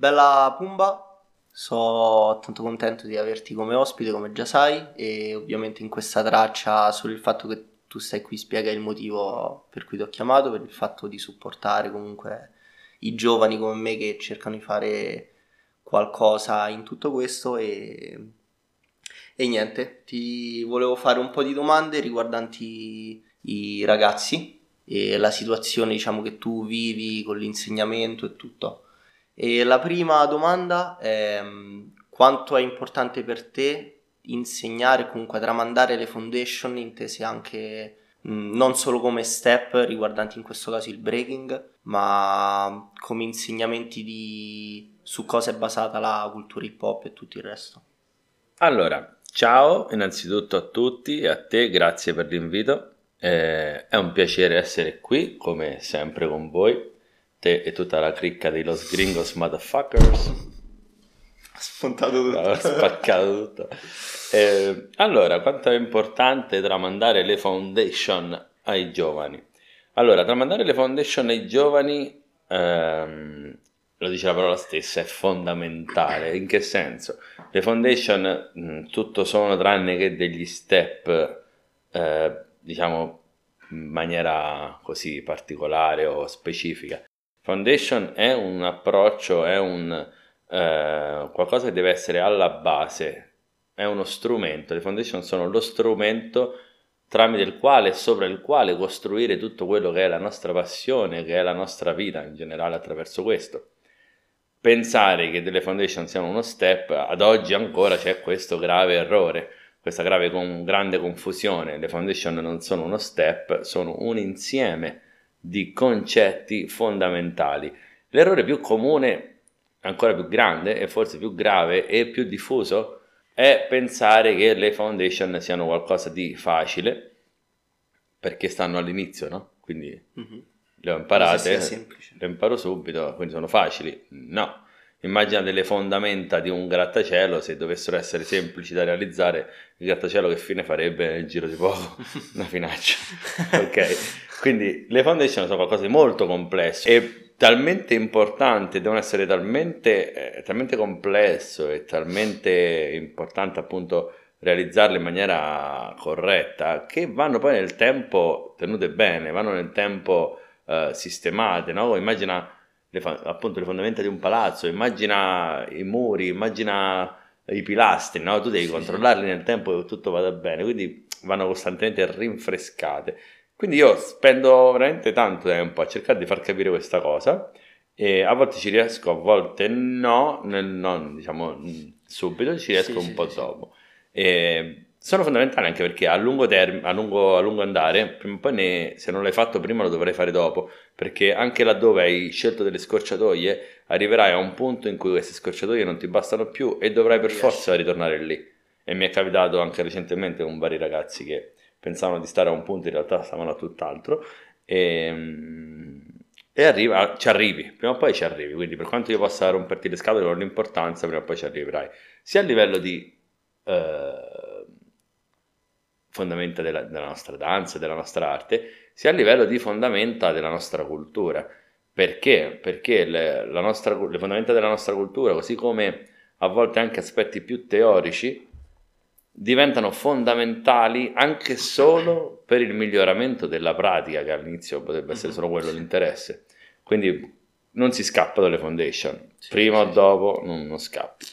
Bella Pumba, sono tanto contento di averti come ospite, come già sai, e ovviamente in questa traccia solo il fatto che tu stai qui spiega il motivo per cui ti ho chiamato, per il fatto di supportare comunque i giovani come me che cercano di fare qualcosa in tutto questo e niente, ti volevo fare un po' di domande riguardanti i ragazzi e la situazione diciamo che tu vivi con l'insegnamento e tutto. E la prima domanda è quanto è importante per te insegnare, comunque tramandare le foundation intese anche non solo come step riguardanti in questo caso il breaking, ma come insegnamenti su cosa è basata la cultura hip hop e tutto il resto. Allora, ciao innanzitutto a tutti e a te, grazie per l'invito. È un piacere essere qui, come sempre con voi, te e tutta la cricca dei Los Gringos Motherfuckers. Ho spuntato tutto. Ho spaccato tutto. Allora, quanto è importante tramandare le foundation ai giovani? Allora, tramandare le foundation ai giovani, lo dice la parola stessa, è fondamentale. In che senso? Le foundation tutto sono tranne che degli step, diciamo in maniera così particolare o specifica. Foundation è un approccio, è un qualcosa che deve essere alla base, è uno strumento. Le foundation sono lo strumento tramite il quale e sopra il quale costruire tutto quello che è la nostra passione, che è la nostra vita in generale attraverso questo. Pensare che delle foundation siano uno step, ad oggi ancora c'è questo grave errore, questa grande confusione. Le foundation non sono uno step, sono un insieme di concetti fondamentali. L'errore più comune, ancora più grande e forse più grave e più diffuso, è pensare che le foundation siano qualcosa di facile, perché stanno all'inizio, no? Quindi le ho imparate, le imparo subito, quindi sono facili. No. Immagina delle fondamenta di un grattacielo, se dovessero essere semplici da realizzare, il grattacielo che fine farebbe nel giro di poco? Una finaccia. Ok? Quindi le foundation sono qualcosa di molto complesso e talmente importante, devono essere talmente complesso e talmente importante appunto realizzarle in maniera corretta, che vanno poi nel tempo tenute bene, vanno nel tempo sistemate, no? Immagina appunto le fondamenta di un palazzo, immagina i muri, immagina i pilastri, no? Tu devi controllarli nel tempo che tutto vada bene, quindi vanno costantemente rinfrescate. Quindi io spendo veramente tanto tempo a cercare di far capire questa cosa e a volte ci riesco, a volte no, non diciamo subito, ci riesco un po' dopo. E sono fondamentali anche perché a lungo andare, prima o poi se non l'hai fatto prima lo dovrai fare dopo, perché anche laddove hai scelto delle scorciatoie arriverai a un punto in cui queste scorciatoie non ti bastano più e dovrai per forza ritornare lì. E mi è capitato anche recentemente con vari ragazzi che pensavano di stare a un punto, in realtà stavano a tutt'altro ci arrivi, prima o poi ci arrivi, quindi per quanto io possa romperti le scatole con l'importanza, prima o poi ci arriverai, sia a livello di fondamenta della nostra danza, della nostra arte, sia a livello di fondamenta della nostra cultura. Perché? Perché le fondamenta della nostra cultura, così come a volte anche aspetti più teorici, diventano fondamentali anche solo per il miglioramento della pratica, che all'inizio potrebbe essere solo quello l'interesse. Quindi non si scappa dalle foundation, prima o dopo non scappi.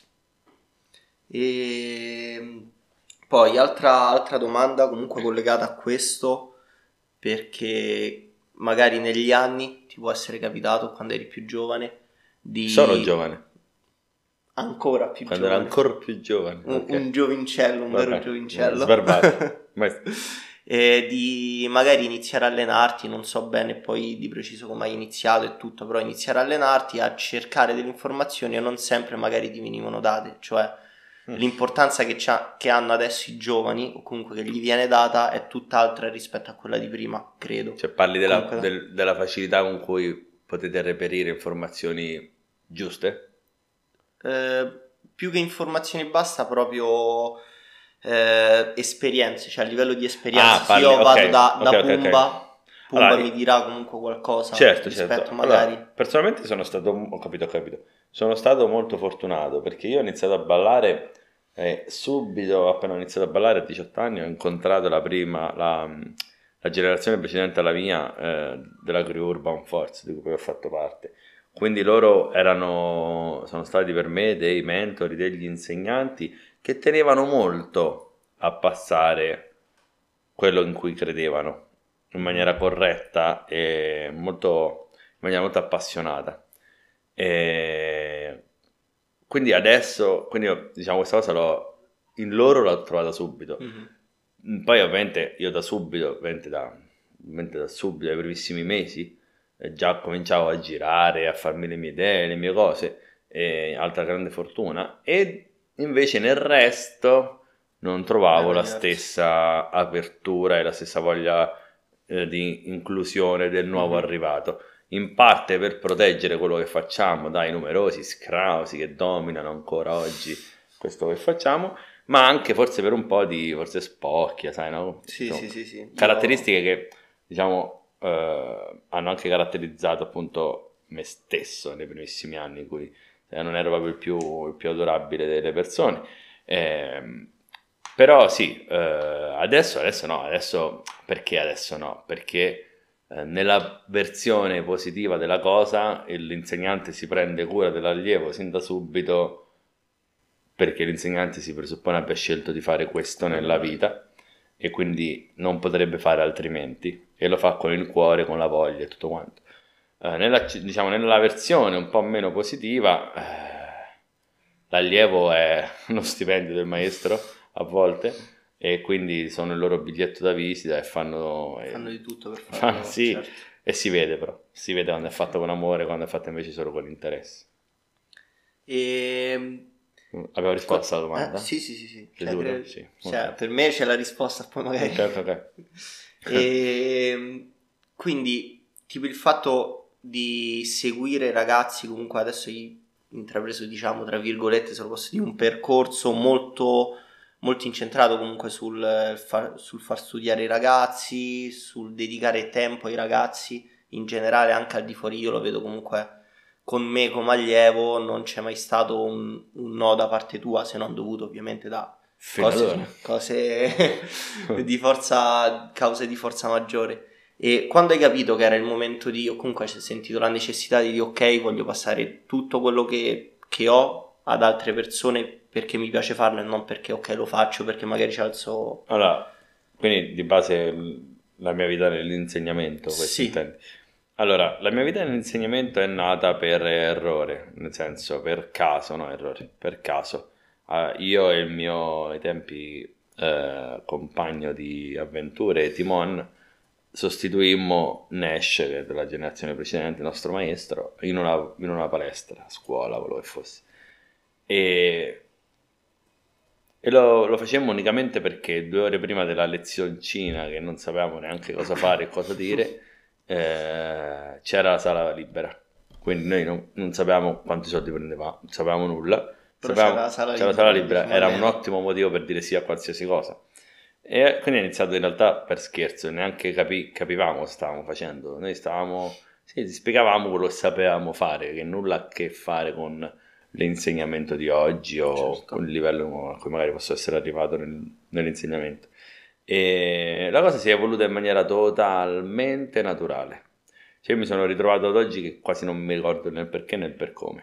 E poi altra domanda comunque collegata a questo, perché magari negli anni ti può essere capitato quando eri più giovane Sono giovane. Ancora più quando giovane. Era ancora più giovane. Un giovincello, un vero giovincello. Sbarbato. E di magari iniziare a allenarti, non so bene poi di preciso come hai iniziato e tutto, però iniziare a allenarti, a cercare delle informazioni e non sempre magari ti venivano date, cioè l'importanza che hanno adesso i giovani o comunque che gli viene data è tutt'altra rispetto a quella di prima, credo. Cioè parli della facilità con cui potete reperire informazioni giuste? Più che informazioni basta proprio esperienze, cioè a livello di esperienza. Se io vado da Pumba, Pumba mi dirà comunque qualcosa certo. rispetto magari. Allora, personalmente sono stato ho capito sono stato molto fortunato perché io ho iniziato a ballare subito, appena ho iniziato a ballare a 18 anni, ho incontrato la generazione precedente alla mia della crew Urban Force, di cui poi ho fatto parte. Quindi loro sono stati per me dei mentori, degli insegnanti che tenevano molto a passare quello in cui credevano in maniera corretta e in maniera molto appassionata. E quindi diciamo questa cosa in loro l'ho trovata subito. Poi ovviamente io da subito, ovviamente da subito, ai primissimi mesi, già cominciavo a girare, a farmi le mie idee, le mie cose, altra grande fortuna. E invece nel resto non trovavo la stessa apertura e la stessa voglia di inclusione del nuovo arrivato, in parte per proteggere quello che facciamo dai numerosi scrausi che dominano ancora oggi questo che facciamo, ma anche forse per un po' di forse spocchia, sai, no? Sì. Caratteristiche che diciamo hanno anche caratterizzato appunto me stesso nei primissimi anni in cui non ero proprio il più adorabile delle persone. Però sì, adesso no, perché adesso no? Perché nella versione positiva della cosa l'insegnante si prende cura dell'allievo sin da subito, perché l'insegnante si presuppone abbia scelto di fare questo nella vita e quindi non potrebbe fare altrimenti, e lo fa con il cuore, con la voglia e tutto quanto. Nella versione un po' meno positiva, l'allievo è uno stipendio del maestro a volte, e quindi sono il loro biglietto da visita e fanno di tutto per farlo. Sì, certo. e si vede però, si vede quando è fatto con amore, quando è fatto invece solo con interesse. Avevo risposto alla domanda? Sì. Sei Cioè, sicuro? Sì. Ok. per me c'è la risposta, poi magari. Ok. Quindi, tipo il fatto di seguire i ragazzi, comunque adesso hai intrapreso, diciamo, tra virgolette, se lo posso dire, un percorso molto, molto incentrato comunque sul far studiare i ragazzi, sul dedicare tempo ai ragazzi, in generale anche al di fuori. Io lo vedo comunque con me come allievo, non c'è mai stato un no da parte tua, se non dovuto ovviamente da cose di cause di forza maggiore. E quando hai capito che era il momento o comunque hai sentito la necessità di dire ok, voglio passare tutto quello che ho ad altre persone perché mi piace farlo e non perché ok lo faccio perché magari ci alzo. Allora, quindi di base la mia vita nell'insegnamento, questo intendi? Allora, la mia vita nell'insegnamento è nata per errore, nel senso per caso, no errore, per caso. Io e il mio, ai tempi, compagno di avventure, Timon, sostituimmo Nash, che è della generazione precedente, il nostro maestro, in una palestra, a scuola, quello che fosse. E lo facemmo unicamente perché 2 ore prima della lezioncina, che non sapevamo neanche cosa fare e cosa dire, c'era la sala libera. Quindi noi non sapevamo quanti soldi prendeva, non sapevamo nulla. Però C'era la sala libera, diciamo, era un ottimo motivo per dire sì a qualsiasi cosa. E quindi è iniziato in realtà per scherzo, neanche capivamo cosa stavamo facendo. Noi spiegavamo quello che sapevamo fare, che nulla a che fare con l'insegnamento di oggi o con il livello a cui magari posso essere arrivato nell'insegnamento. E la cosa si è evoluta in maniera totalmente naturale. Cioè, io mi sono ritrovato ad oggi che quasi non mi ricordo né il perché né il per come.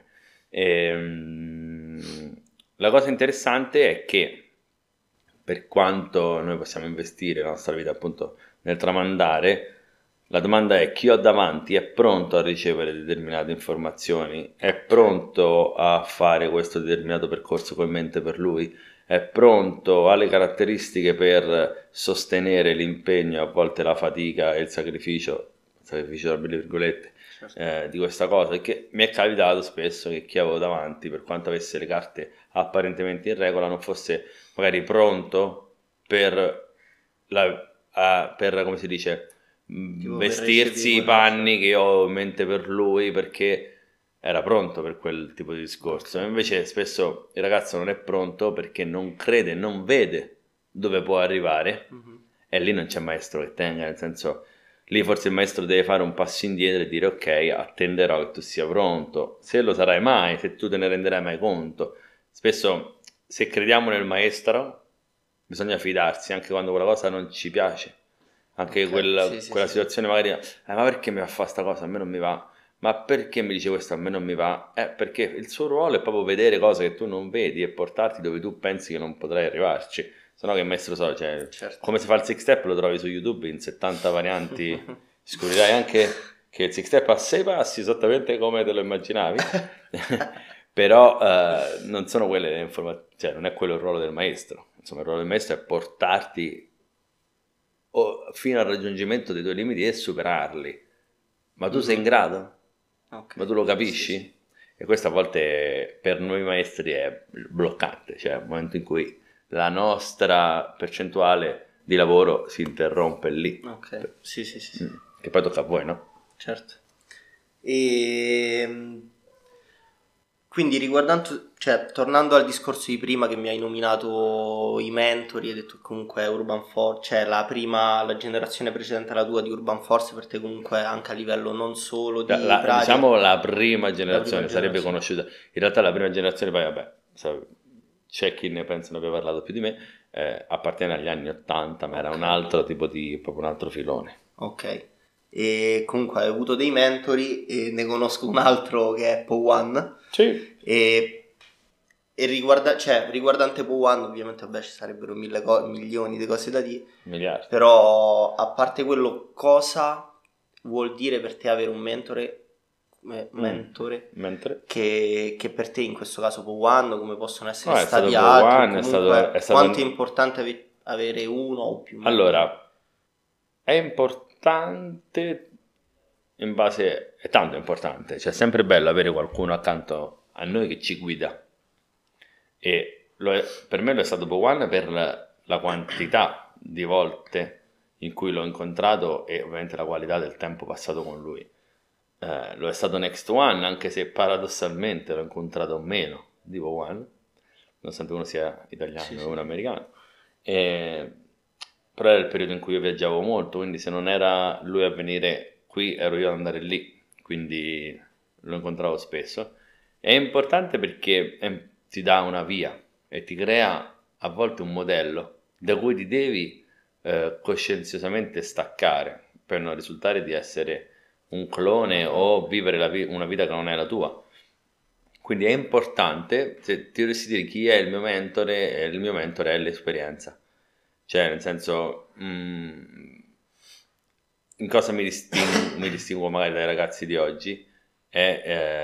La cosa interessante è che per quanto noi possiamo investire la nostra vita appunto nel tramandare, la domanda è: chi ho davanti è pronto a ricevere determinate informazioni? È pronto a fare questo determinato percorso con mente per lui? È pronto, ha le caratteristiche per sostenere l'impegno, a volte la fatica e il sacrificio tra virgolette, di questa cosa? Perché mi è capitato spesso che chi avevo davanti, per quanto avesse le carte apparentemente in regola, non fosse magari pronto per come si dice, vestirsi i panni che io ho in mente per lui, perché era pronto per quel tipo di discorso. Invece spesso il ragazzo non è pronto perché non crede, non vede dove può arrivare, e lì non c'è maestro che tenga, nel senso Lì forse il maestro deve fare un passo indietro e dire ok, attenderò che tu sia pronto, se lo sarai mai, se tu te ne renderai mai conto. Spesso se crediamo nel maestro bisogna fidarsi anche quando quella cosa non ci piace, anche Sì, sì, quella sì, sì. situazione magari, ma perché mi fa fare sta cosa? A me non mi va. Ma perché mi dice questo? A me non mi va. Perché il suo ruolo è proprio vedere cose che tu non vedi e portarti dove tu pensi che non potrai arrivarci. Se no che maestro so, cioè, Certo. come si fa il six step lo trovi su YouTube in 70 varianti, scoprirai anche che il six step ha 6 passi esattamente come te lo immaginavi, però non sono quelle le informazioni, cioè non è quello il ruolo del maestro. Insomma, il ruolo del maestro è portarti fino al raggiungimento dei tuoi limiti e superarli. Ma tu sei in grado? Ok. Ma tu lo Sì, sì, capisci? sì. E questo a volte per noi maestri è bloccante, cioè è il momento in cui la nostra percentuale di lavoro si interrompe lì. Ok. Sì, sì, sì, sì. Che poi tocca a voi, no? Certo. E quindi riguardando, cioè, tornando al discorso di prima che mi hai nominato i mentori, hai detto che comunque Urban Force, cioè la generazione precedente alla tua di Urban Force per te comunque anche a livello non solo di pratica, Diciamo la prima la prima generazione sarebbe generazione. conosciuta. In realtà la prima generazione, poi vabbè, c'è chi ne pensa ne abbia parlato più di me, appartiene agli anni 80, ma era Ok. un altro tipo di, proprio un altro filone. Ok. E comunque hai avuto dei mentori e ne conosco un altro che è Po One Sì, e, cioè, riguardante Po One ovviamente vabbè ci sarebbero milioni di cose da dire, miliardi. però a parte quello cosa vuol dire per te avere un mentore Mentre... che per te in questo caso Po One, come possono essere No, è stato stati Po altri o One, comunque è quanto è stato... importante avere uno o più mentori? Allora, è importante in base... è tanto importante, cioè è sempre bello avere qualcuno accanto a noi che ci guida. E per me lo è stato Po One per la quantità di volte in cui l'ho incontrato e ovviamente la qualità del tempo passato con lui. Lo è stato Next One, anche se paradossalmente l'ho incontrato meno di Po One, nonostante uno sia Sì, italiano e sì. uno americano. E- Però era il periodo in cui io viaggiavo molto, quindi se non era lui a venire qui, ero io ad andare lì, quindi lo incontravo spesso. È importante perché ti dà una via e ti crea a volte un modello da cui ti devi coscienziosamente staccare per non risultare di essere un clone o vivere una vita che non è la tua. Quindi è importante, se ti dovessi dire chi è il mio mentore è l'esperienza. Cioè, nel senso, in cosa mi distinguo magari dai ragazzi di oggi è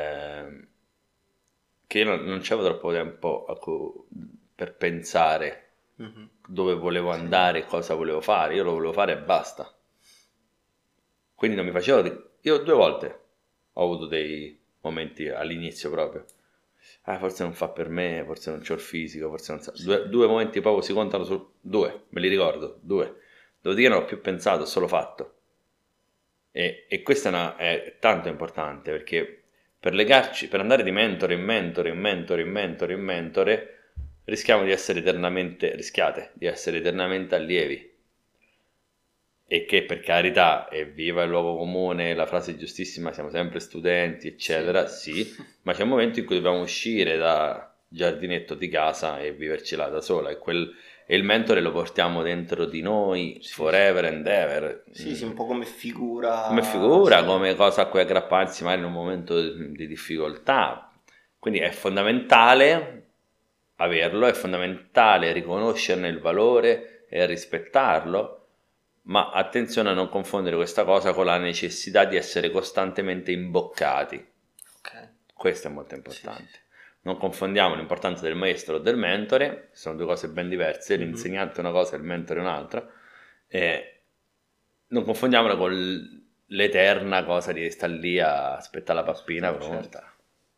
che io non c'avevo troppo tempo per pensare Mhm. dove volevo Sì. andare, cosa volevo fare, io lo volevo fare e basta. Quindi non mi facevo... Io 2 volte ho avuto dei momenti all'inizio proprio. Forse non fa per me, forse non c'ho il fisico, forse non sa. Sì. Due momenti proprio si contano su due, me li ricordo, due. Dopodiché non ho più pensato, ho solo fatto. E questa è tanto importante perché per legarci, per andare di mentore in mentore, in mentore, in mentore, in mentore, rischiamo di essere rischiate di essere eternamente allievi. E che per carità, evviva il luogo comune, la frase giustissima, siamo sempre studenti, Sì. eccetera, sì, ma c'è un momento in cui dobbiamo uscire da giardinetto di casa e viverci là da sola e il mentore lo portiamo dentro di noi Sì, sì. forever and ever. Sì, sì, un po' come Come figura, figura, sì. come cosa a cui aggrapparsi magari in un momento di difficoltà. Quindi è fondamentale averlo, è fondamentale riconoscerne il valore e rispettarlo, ma attenzione a non confondere questa cosa con la necessità di essere costantemente imboccati. Ok. Questo è molto Sì, sì, importante. Non confondiamo l'importanza del maestro o del mentore, sono due cose ben diverse, sì. Mhm. l'insegnante è una cosa e il mentore è un'altra, e non confondiamola con l'eterna cosa di stare lì a aspettare la pappina Aspetta, certo. pronta.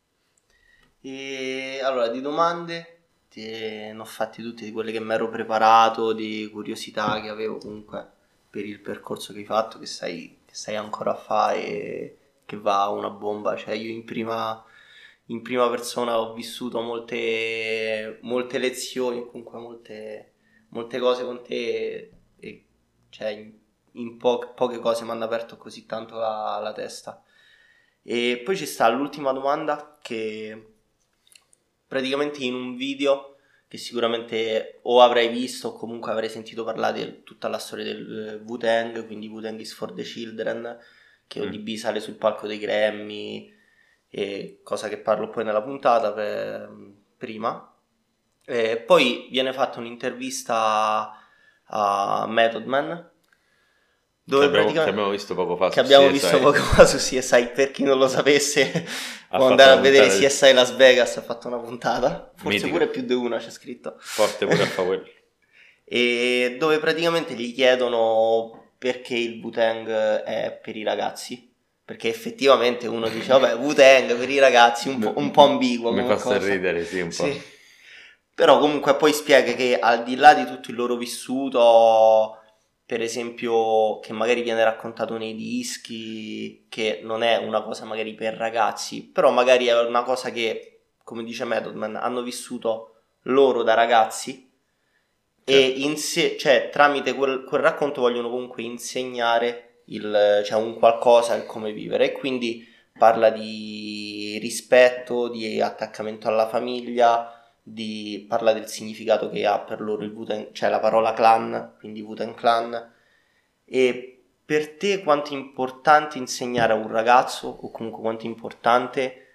E allora, di domande ne ho fatti tutte di quelle che mi ero preparato, di curiosità che avevo comunque per il percorso che hai fatto, che stai ancora a fare e che va una bomba. Cioè, io in prima persona ho vissuto molte lezioni, comunque molte cose con te e cioè, in poche cose mi hanno aperto così tanto la testa. E poi ci sta l'ultima domanda, che praticamente in un video che sicuramente o avrai visto o comunque avrai sentito parlare di tutta la storia del Wu-Tang, quindi Wu-Tang is for the Children, che ODB sale sul palco dei Grammy, e cosa che parlo poi nella puntata prima. Poi viene fatta un'intervista a Method Man, dove che abbiamo visto poco fa che abbiamo visto poco fa su CSI. Per chi non lo sapesse, Ha può fatto andare a una vedere puntata CSI Las Vegas, ha fatto una puntata, forse mitica. pure più di una c'è scritto, Forte pure a fa quello. e dove praticamente gli chiedono perché il Wu-Tang è per i ragazzi, perché effettivamente uno dice vabbè, Wu-Tang per i ragazzi, un po' ambiguo Mi come fa cosa. sorridere, sì, un po'. Sì. Però comunque poi spiega che al di là di tutto il loro vissuto, per esempio, che magari viene raccontato nei dischi, che non è una cosa magari per ragazzi, però magari è una cosa che, come dice Method Man, hanno vissuto loro da ragazzi, e cioè, tramite quel racconto vogliono comunque insegnare cioè, un qualcosa, il come vivere, e quindi parla di rispetto, di attaccamento alla famiglia, parla del significato che ha per loro il Wu-Tang, cioè la parola clan, quindi Wu-Tang Clan. E per te quanto è importante insegnare a un ragazzo, o comunque quanto è importante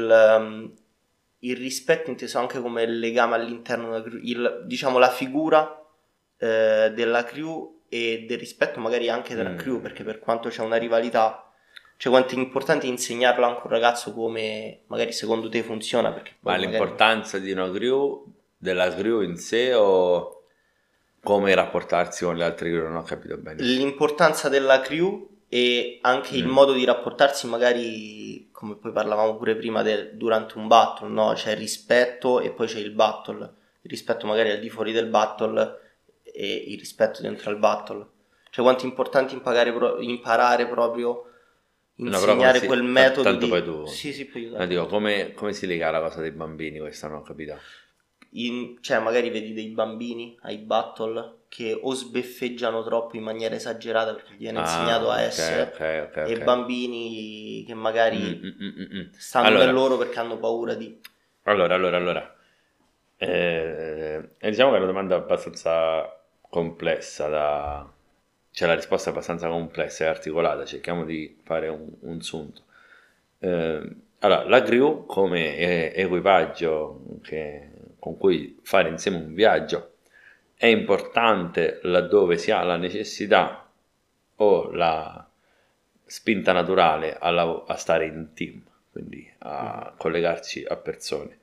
il rispetto, inteso anche come legame all'interno della crew, diciamo la figura della crew, e del rispetto magari anche della crew, perché per quanto c'è una rivalità, cioè quanto è importante insegnarlo anche a un ragazzo come magari secondo te funziona, perché Ma poi l'importanza di una crew, della crew in sé, o come rapportarsi con le altre crew? Non ho capito bene. L'importanza della crew e anche il modo di rapportarsi, magari come poi parlavamo pure prima durante un battle, no? C'è il rispetto e poi c'è il battle, il rispetto magari al di fuori del battle e il rispetto dentro al battle, cioè quanto è importante imparare proprio, insegnare quel metodo tanto di... poi tu... Sì, puoi Ma aiutare. dico, come si lega la cosa dei bambini? Questa non ho capito. Cioè magari vedi dei bambini ai battle che o sbeffeggiano troppo in maniera esagerata perché gli viene insegnato a essere, e bambini che magari stanno nel loro perché hanno paura di... Allora. Diciamo che è una domanda abbastanza complessa cioè la risposta è abbastanza complessa e articolata, cerchiamo di fare un sunto. Allora, la crew come equipaggio con cui fare insieme un viaggio è importante laddove si ha la necessità o la spinta naturale a stare in team, quindi a collegarsi a persone.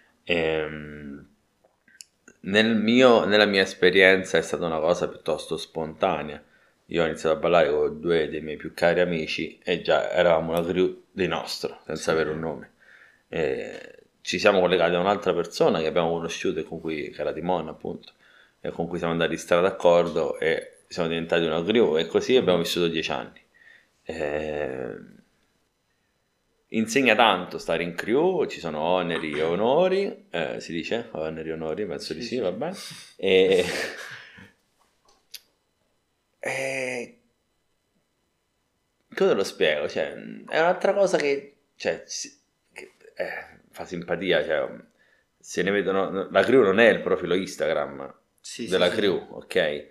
Nella mia esperienza è stata una cosa piuttosto spontanea. Io ho iniziato a ballare con due dei miei più cari amici e già eravamo una crew di nostro, senza avere un nome. Ci siamo collegati a un'altra persona che abbiamo conosciuto e che era Timon appunto, e con cui siamo andati strada d'accordo e siamo diventati una crew, e così abbiamo vissuto 10 anni. Insegna tanto stare in crew, ci sono oneri e onori, si dice oneri e onori, penso di sì, va bene. Come lo spiego? Cioè, è un'altra cosa che fa simpatia, cioè, se ne vedono, la crew non è il profilo Instagram della crew, ok?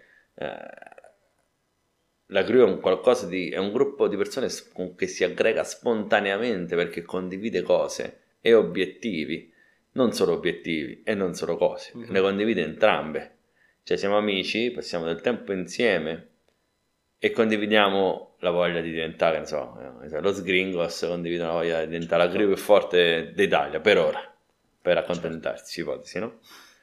La crew è è un gruppo di persone che si aggrega spontaneamente perché condivide cose e obiettivi, non solo obiettivi e non solo cose, ne condivide entrambe. Cioè siamo amici, passiamo del tempo insieme e condividiamo la voglia di diventare, non so, lo Sgringos condivide la voglia di diventare la crew più forte d'Italia, per ora, per accontentarsi, ipotesi, no?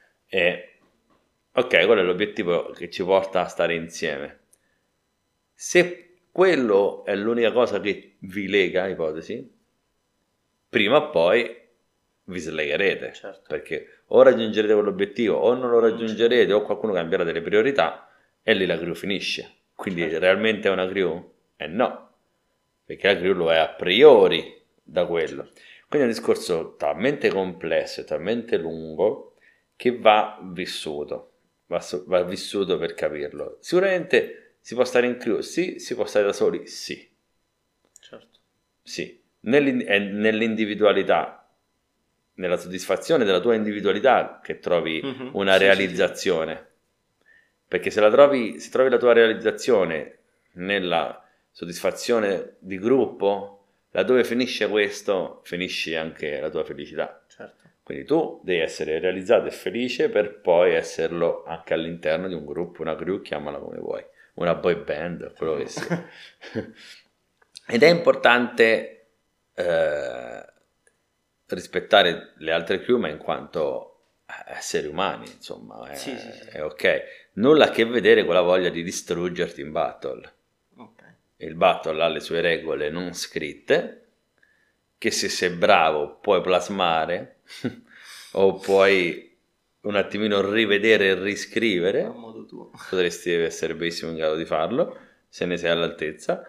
Ok, quello è l'obiettivo che ci porta a stare insieme. Se quello è l'unica cosa che vi lega, ipotesi, prima o poi vi slegherete, perché o raggiungerete quell'obiettivo o non lo raggiungerete, o qualcuno cambierà delle priorità e lì la crew finisce. Quindi realmente è una crew? No, perché la crew lo è a priori da quello. Quindi è un discorso talmente complesso e talmente lungo che va vissuto per capirlo. Sicuramente Si può stare in crew? Sì. Si può stare da soli? Sì. Certo. Sì. Nell'individualità, nella soddisfazione della tua individualità che trovi una realizzazione. Perché se trovi la tua realizzazione nella soddisfazione di gruppo, laddove finisce questo, finisce anche la tua felicità. Certo. Quindi tu devi essere realizzato e felice per poi esserlo anche all'interno di un gruppo, una crew, chiamala come vuoi, una boy band, quello che sia. Ed è importante rispettare le altre crew, ma in quanto esseri umani, insomma, è ok. Nulla a che vedere con la voglia di distruggerti in battle. Okay. Il battle ha le sue regole non scritte, che se sei bravo puoi plasmare o puoi un attimino rivedere e riscrivere, A modo tuo. potresti essere benissimo in grado di farlo, se ne sei all'altezza.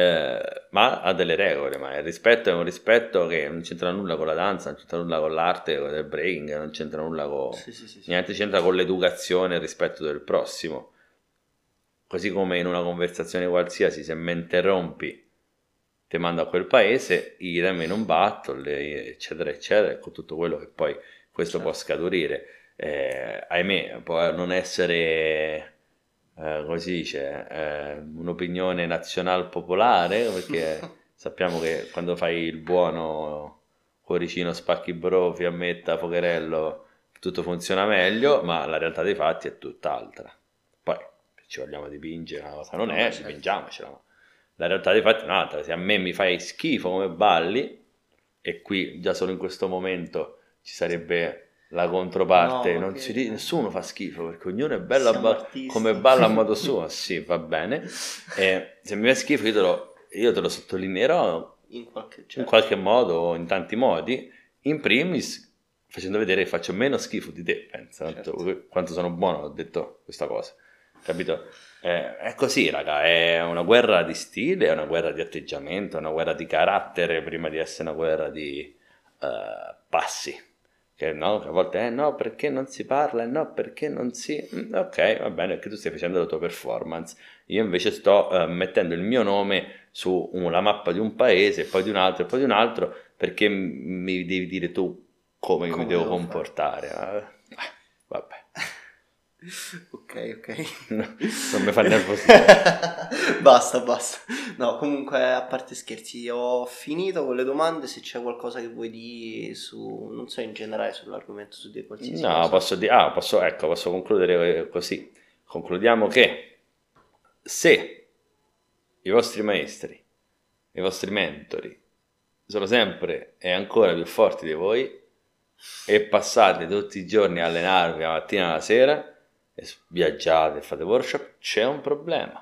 Ma ha delle regole, ma il rispetto è un rispetto che non c'entra nulla con la danza, non c'entra nulla con l'arte del breaking, non c'entra nulla con niente, c'entra con l'educazione e il rispetto del prossimo. Così come in una conversazione qualsiasi, se me interrompi ti mando a quel paese, idem in un battle, eccetera eccetera, con tutto quello che poi questo può scaturire. Ahimè, può non essere come si dice, un'opinione nazional popolare, perché sappiamo che quando fai il buono cuoricino, spacchi bro, fiammetta, focherello, tutto funziona meglio, ma la realtà dei fatti è tutt'altra. Poi se ci vogliamo dipingere una cosa non è, dipingiamocela, ma la realtà dei fatti è un'altra. Se a me mi fai schifo come balli, e qui già solo in questo momento ci sarebbe la controparte, nessuno fa schifo perché ognuno è bello come balla a modo suo. Sì, va bene, e se mi fa schifo io te lo sottolineerò in qualche modo, in tanti modi, in primis facendo vedere che faccio meno schifo di te, pensa, quanto sono buono, ho detto questa cosa, capito? È così, raga, è una guerra di stile, è una guerra di atteggiamento, è una guerra di carattere prima di essere una guerra di passi. Che no, che a volte no, perché non si parla, no, perché non si... ok, va bene, perché tu stai facendo la tua performance. Io invece sto mettendo il mio nome su una mappa di un paese, poi di un altro, e poi di un altro, perché mi devi dire tu come mi devo comportare. Vabbè. Ok. No, non mi fa nervosire. Basta. No, comunque, a parte scherzi, ho finito con le domande. Se c'è qualcosa che vuoi dire su, non so, in generale sull'argomento, su di qualsiasi cosa. Posso concludere così. Concludiamo che se i vostri maestri, i vostri mentori sono sempre e ancora più forti di voi e passate tutti i giorni a allenarvi la mattina e la sera e viaggiate e fate workshop, c'è un problema.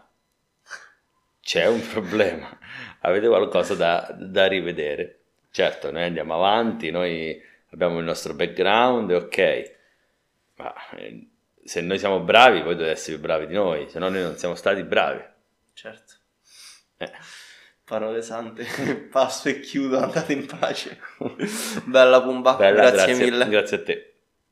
Avete qualcosa da rivedere. Certo, noi andiamo avanti, noi abbiamo il nostro background, ok, ma se noi siamo bravi, voi dovete essere più bravi di noi, se no noi non siamo stati bravi. Certo. Parole sante. Passo e chiudo, andate in pace. Bella Pumba, grazie mille. Grazie a te.